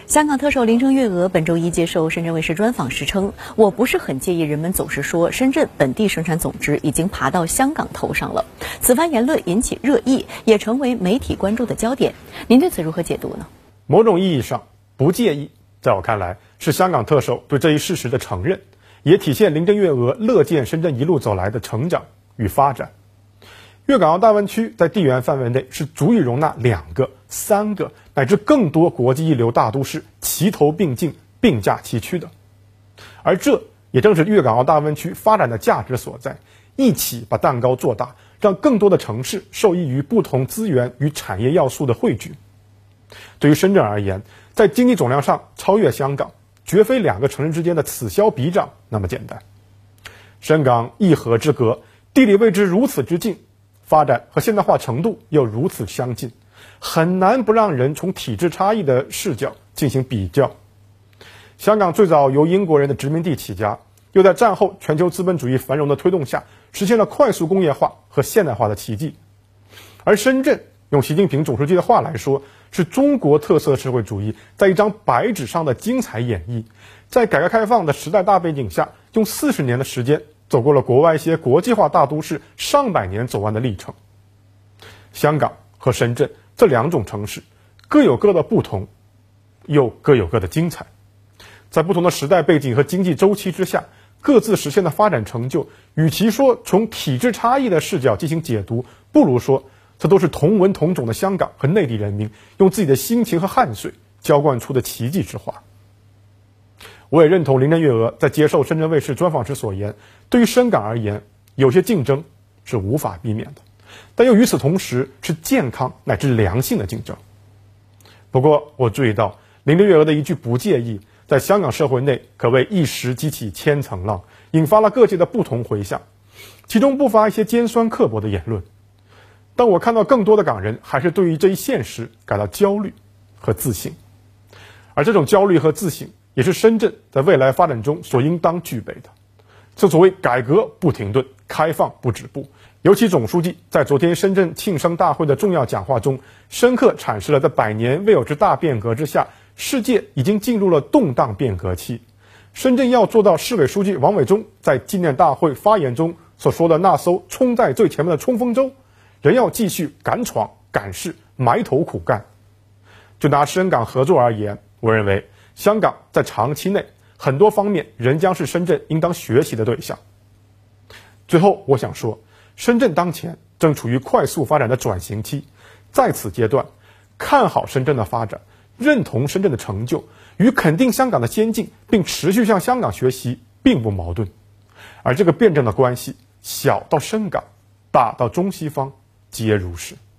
香港特首林郑月娥本周一接受深圳卫视专访时称，我不是很介意人们总是说深圳本地生产总值已经爬到香港头上了。此番言论引起热议，也成为媒体关注的焦点。您对此如何解读呢？ 某种意义上，不介意，在我看来是香港特首对这一事实的承认，也体现林郑月娥乐见深圳一路走来的成长与发展。粤港澳大湾区在地缘范围内是足以容纳2个、3个乃至更多国际一流大都市齐头并进、并驾齐驱的，而这也正是粤港澳大湾区发展的价值所在，一起把蛋糕做大，让更多的城市受益于不同资源与产业要素的汇聚。对于深圳而言，在经济总量上超越香港，绝非2个城市之间的此消彼长那么简单。深港一河之隔，地理位置如此之近，发展和现代化程度又如此相近，很难不让人从体制差异的视角进行比较。香港最早由英国人的殖民地起家，又在战后全球资本主义繁荣的推动下，实现了快速工业化和现代化的奇迹。而深圳，用习近平总书记的话来说，是中国特色社会主义在一张白纸上的精彩演绎，在改革开放的时代大背景下，用40年的时间走过了国外一些国际化大都市上百年走完的历程。香港和深圳这2种城市各有各的不同，又各有各的精彩。在不同的时代背景和经济周期之下，各自实现的发展成就，与其说从体制差异的视角进行解读，不如说这都是同文同种的香港和内地人民用自己的心情和汗水浇灌出的奇迹之花。我也认同林郑月娥在接受深圳卫视专访时所言，对于深港而言，有些竞争是无法避免的，但又与此同时是健康乃至良性的竞争。不过我注意到林郑月娥的一句不介意，在香港社会内可谓一时激起千层浪，引发了各界的不同回响，其中不乏一些尖酸刻薄的言论。但我看到更多的港人还是对于这一现实感到焦虑和自信，而这种焦虑和自信也是深圳在未来发展中所应当具备的。正所谓改革不停顿，开放不止步。尤其总书记在昨天深圳庆生大会的重要讲话中，深刻阐释了在100年未有之大变革之下，世界已经进入了动荡变革期。深圳要做到市委书记王伟忠在纪念大会发言中所说的那艘冲在最前面的冲锋舟，仍要继续敢闯敢试，埋头苦干。就拿深港合作而言，我认为香港在长期内很多方面仍将是深圳应当学习的对象。最后我想说，深圳当前正处于快速发展的转型期，在此阶段，看好深圳的发展，认同深圳的成就，与肯定香港的先进并持续向香港学习并不矛盾。而这个辩证的关系，小到深港，大到中西方，皆如是。